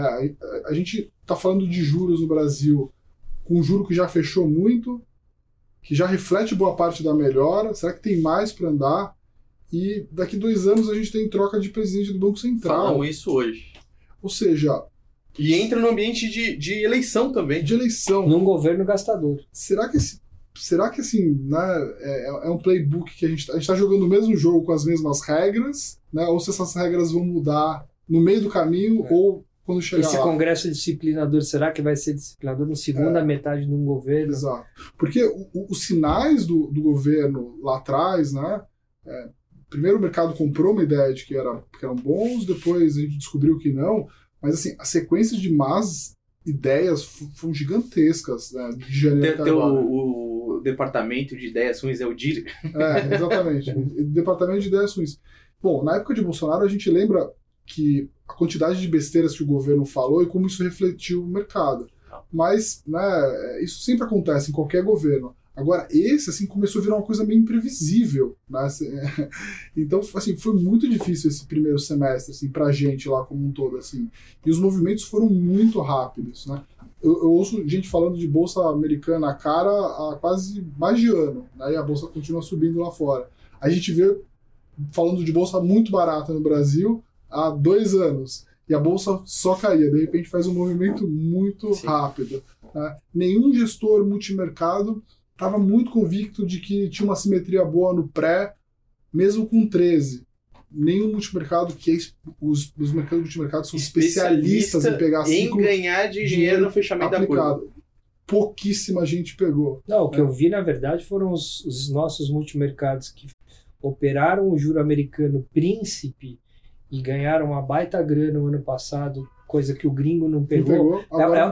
A gente está falando de juros no Brasil, com um juro que já fechou muito, que já reflete boa parte da melhora. Será que tem mais para andar? E daqui 2 anos a gente tem troca de presidente do Banco Central. Falam isso hoje. Ou seja... E entra no ambiente de eleição também. De eleição. Num governo gastador. Será que assim, né, é um playbook que a gente está jogando o mesmo jogo com as mesmas regras, né? Ou se essas regras vão mudar no meio do caminho ou quando chegar Esse lá. congresso disciplinador, será que vai ser disciplinador na segunda metade de um governo? Exato. Porque os sinais do governo lá atrás, né? Primeiro o mercado comprou uma ideia de que eram bons, depois a gente descobriu que não, mas assim, a sequência de más ideias foram gigantescas, né, de janeiro até agora. o departamento de ideias ruins, é o DIR. Exatamente. Departamento de ideias ruins. Bom, na época de Bolsonaro, a gente lembra que a quantidade de besteiras que o governo falou e como isso refletiu o mercado. Mas, né, isso sempre acontece em qualquer governo. Agora, esse, assim, começou a virar uma coisa meio imprevisível, né? Então, assim, foi muito difícil esse primeiro semestre, assim, pra gente lá como um todo, assim. E os movimentos foram muito rápidos, né? Eu ouço gente falando de bolsa americana cara há quase mais de ano, né? E a bolsa continua subindo lá fora. A gente vê falando de bolsa muito barata no Brasil há 2 anos. E a bolsa só caía. De repente faz um movimento muito rápido, né? Nenhum gestor multimercado estava muito convicto de que tinha uma simetria boa no pré, mesmo com 13. Nenhum multimercado, os mercados multimercados são especialistas em pegar ciclo, em ganhar dinheiro no fechamento aplicado. Da curva. Pouquíssima gente pegou. Não, o que eu vi, na verdade, foram os nossos multimercados que operaram o juro americano príncipe e ganharam uma baita grana no ano passado, coisa que o gringo não pegou.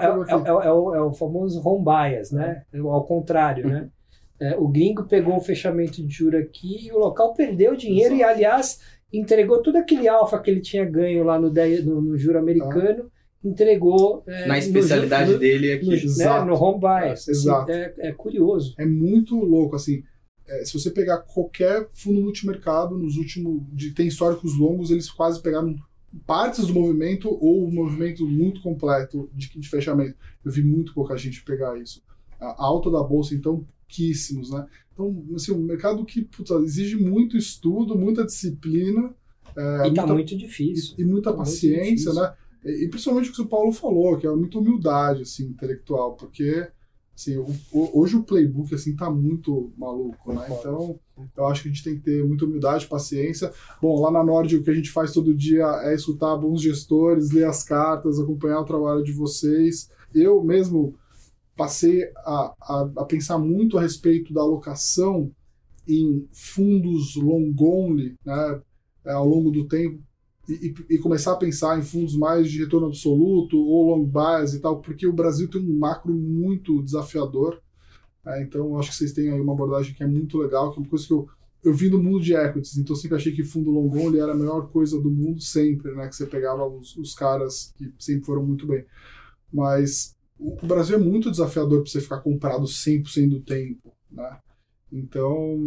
É o famoso home bias, né? Ao contrário, né? O gringo pegou o fechamento de juro aqui e o local perdeu dinheiro. Exato. E, aliás, entregou todo aquele alfa que ele tinha ganho lá no juro americano, entregou... na especialidade dele aqui. No home bias. Exato. É curioso. É muito louco, assim. Se você pegar qualquer fundo multimercado, tem históricos longos, eles quase pegaram partes do movimento ou um movimento muito completo de fechamento. Eu vi muito pouca gente pegar isso. A alta da bolsa, então, pouquíssimos, né? Então, assim, um mercado que exige muito estudo, muita disciplina. E tá muito difícil. E muita paciência, né? E principalmente o que o Paulo falou, que é muita humildade, assim, intelectual, porque... Assim, hoje o playbook assim, tá muito maluco, né? Então, eu acho que a gente tem que ter muita humildade, paciência. Bom, lá na Nord, o que a gente faz todo dia é escutar bons gestores, ler as cartas, acompanhar o trabalho de vocês. Eu mesmo passei a pensar muito a respeito da alocação em fundos long only, né, ao longo do tempo, e começar a pensar em fundos mais de retorno absoluto ou long bias e tal, porque o Brasil tem um macro muito desafiador, né? Então eu acho que vocês têm aí uma abordagem que é muito legal, que é uma coisa que eu vim do mundo de equities, então eu sempre achei que fundo long only era a melhor coisa do mundo sempre, né? Que você pegava os caras que sempre foram muito bem. Mas o Brasil é muito desafiador para você ficar comprado 100% do tempo, né? Então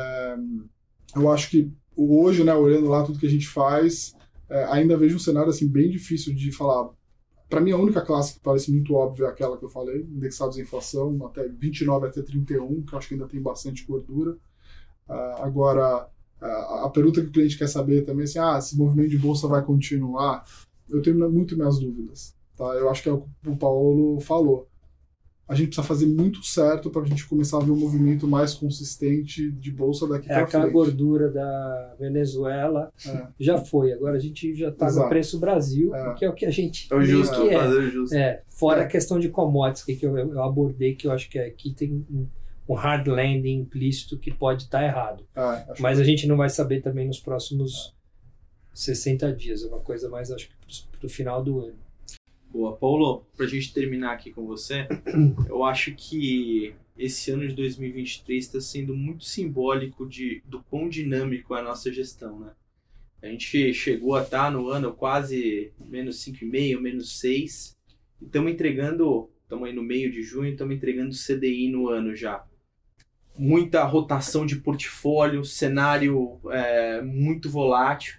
eu acho que hoje, né, olhando lá tudo que a gente faz, ainda vejo um cenário assim, bem difícil de falar. Para mim, a única classe que parece muito óbvia é aquela que eu falei, indexados em inflação, até 29 até 31, que eu acho que ainda tem bastante gordura. Agora, a pergunta que o cliente quer saber também é assim, esse movimento de bolsa vai continuar? Eu tenho muito minhas dúvidas. Tá? Eu acho que é o que o Paulo falou. A gente precisa fazer muito certo para a gente começar a ver um movimento mais consistente de bolsa daqui para frente. Aquela gordura da Venezuela já foi. Agora a gente já está no preço Brasil, que é o que a gente é o justo, fora a questão de commodities que eu abordei, que eu acho que aqui tem um hard landing implícito que pode estar errado. Mas a gente não vai saber também nos próximos 60 dias. É uma coisa mais, acho que, para o final do ano. Boa, Paulo, pra gente terminar aqui com você, eu acho que esse ano de 2023 está sendo muito simbólico do quão dinâmico é a nossa gestão, né? A gente chegou a estar no ano quase menos 5,5, menos 6, e estamos aí no meio de junho, estamos entregando CDI no ano já. Muita rotação de portfólio, cenário muito volátil.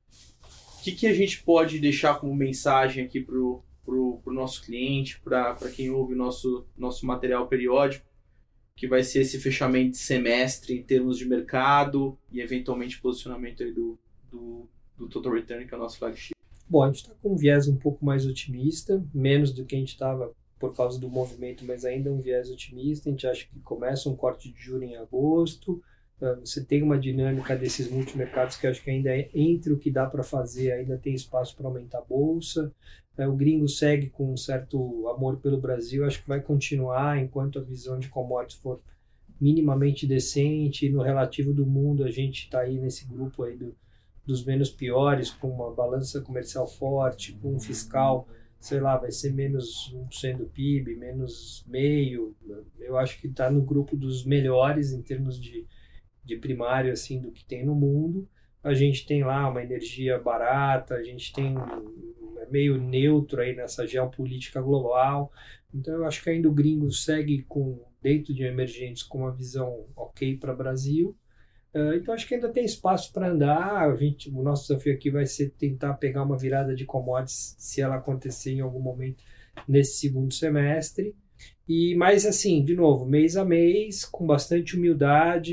O que a gente pode deixar como mensagem aqui pro nosso cliente, para quem ouve o nosso material periódico, que vai ser esse fechamento de semestre em termos de mercado e eventualmente posicionamento aí do Total Return, que é o nosso flagship? Bom, a gente está com um viés um pouco mais otimista, menos do que a gente estava por causa do movimento, mas ainda um viés otimista. A gente acha que começa um corte de juros em agosto. Você tem uma dinâmica desses multimercados que eu acho que ainda entre o que dá para fazer, ainda tem espaço para aumentar a bolsa. O gringo segue com um certo amor pelo Brasil, acho que vai continuar enquanto a visão de commodities for minimamente decente. No relativo do mundo, a gente está aí nesse grupo aí dos menos piores, com uma balança comercial forte, com um fiscal sei lá, vai ser menos 1% do PIB, menos meio. Eu acho que está no grupo dos melhores em termos de primário, assim, do que tem no mundo. A gente tem lá uma energia barata, a gente tem meio neutro aí nessa geopolítica global. Então eu acho que ainda o gringo segue dentro de emergentes com uma visão ok para o Brasil. Então acho que ainda tem espaço para andar. O nosso desafio aqui vai ser tentar pegar uma virada de commodities, se ela acontecer em algum momento nesse segundo semestre. Mas assim, de novo, mês a mês, com bastante humildade,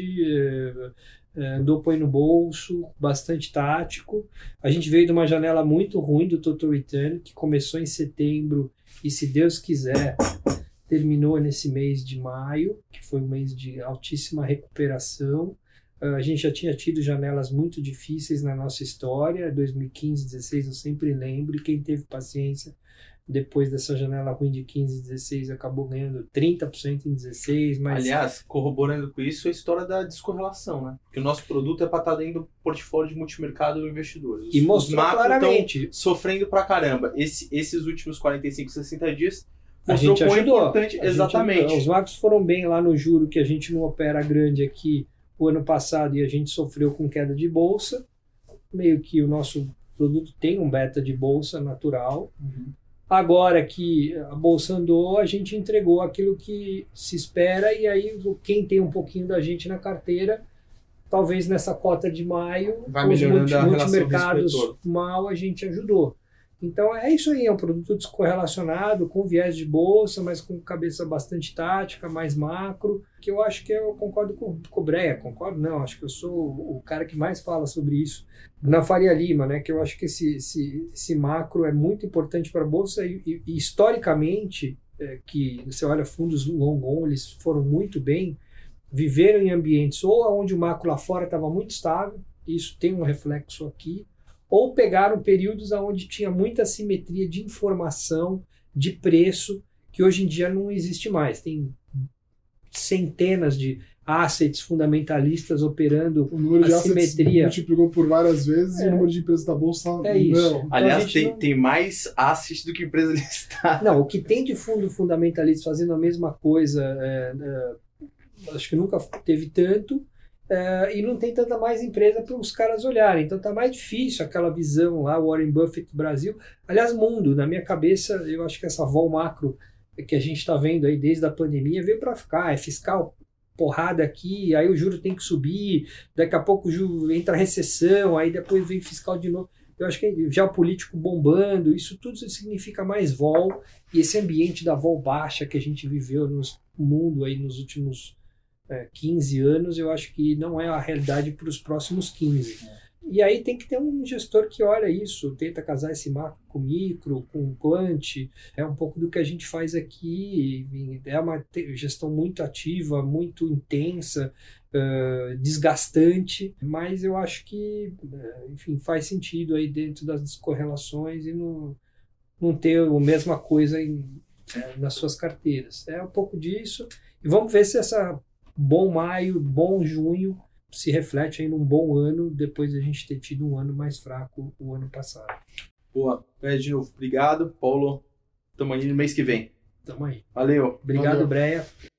andou põe no bolso, bastante tático. A gente veio de uma janela muito ruim do Total Return, que começou em setembro e, se Deus quiser, terminou nesse mês de maio, que foi um mês de altíssima recuperação. A gente já tinha tido janelas muito difíceis na nossa história, 2015, 2016, eu sempre lembro, e quem teve paciência depois dessa janela ruim de 15 e 16 acabou ganhando 30% em 16. Mas... Aliás, corroborando com isso, a história da descorrelação, né? Porque o nosso produto é para estar dentro do portfólio de multimercado do investidor. E mostrou claramente. Sofrendo pra caramba. Esses últimos 45, 60 dias mostrou quão importante. Exatamente. Os macros foram bem lá no juro, que a gente não opera grande aqui o ano passado, e a gente sofreu com queda de bolsa. Meio que o nosso produto tem um beta de bolsa natural. Agora que a bolsa andou, a gente entregou aquilo que se espera, e aí quem tem um pouquinho da gente na carteira, talvez nessa cota de maio, vai os multimercados mal a gente ajudou. Então é isso aí, é um produto descorrelacionado, com viés de bolsa, mas com cabeça bastante tática, mais macro, que eu acho que eu concordo com o Breia, acho que eu sou o cara que mais fala sobre isso na Faria Lima, né? Que eu acho que esse macro é muito importante para a bolsa e historicamente, que você olha fundos long on, eles foram muito bem, viveram em ambientes ou onde o macro lá fora estava muito estável, isso tem um reflexo aqui, ou pegaram períodos onde tinha muita assimetria de informação, de preço, que hoje em dia não existe mais. Tem centenas de assets fundamentalistas operando o número de assimetria. Multiplicou por várias vezes e o número de empresas da Bolsa é isso. Não. Então, aliás, tem mais assets do que empresa listada. Não, o que tem de fundo fundamentalista fazendo a mesma coisa, acho que nunca teve tanto, e não tem tanta mais empresa para os caras olharem. Então tá mais difícil aquela visão lá, Warren Buffett Brasil. Aliás, mundo, na minha cabeça, eu acho que essa vol macro que a gente está vendo aí desde a pandemia veio para ficar. É fiscal porrada aqui, aí o juro tem que subir, daqui a pouco entra a recessão, aí depois vem fiscal de novo. Eu acho que geopolítico bombando, isso tudo significa mais vol, e esse ambiente da vol baixa que a gente viveu no mundo aí nos últimos 15 anos, eu acho que não é a realidade para os próximos 15. E aí tem que ter um gestor que olha isso, tenta casar esse macro com micro, com quant, é um pouco do que a gente faz aqui, é uma gestão muito ativa, muito intensa, desgastante, mas eu acho que, enfim, faz sentido aí dentro das descorrelações e não ter a mesma coisa nas suas carteiras. É um pouco disso, e vamos ver se essa bom maio, bom junho se reflete aí num bom ano, depois de a gente ter tido um ano mais fraco o ano passado. Boa. De novo, obrigado, Paulo. Tamo aí no mês que vem. Tamo aí. Valeu. Obrigado, Breia.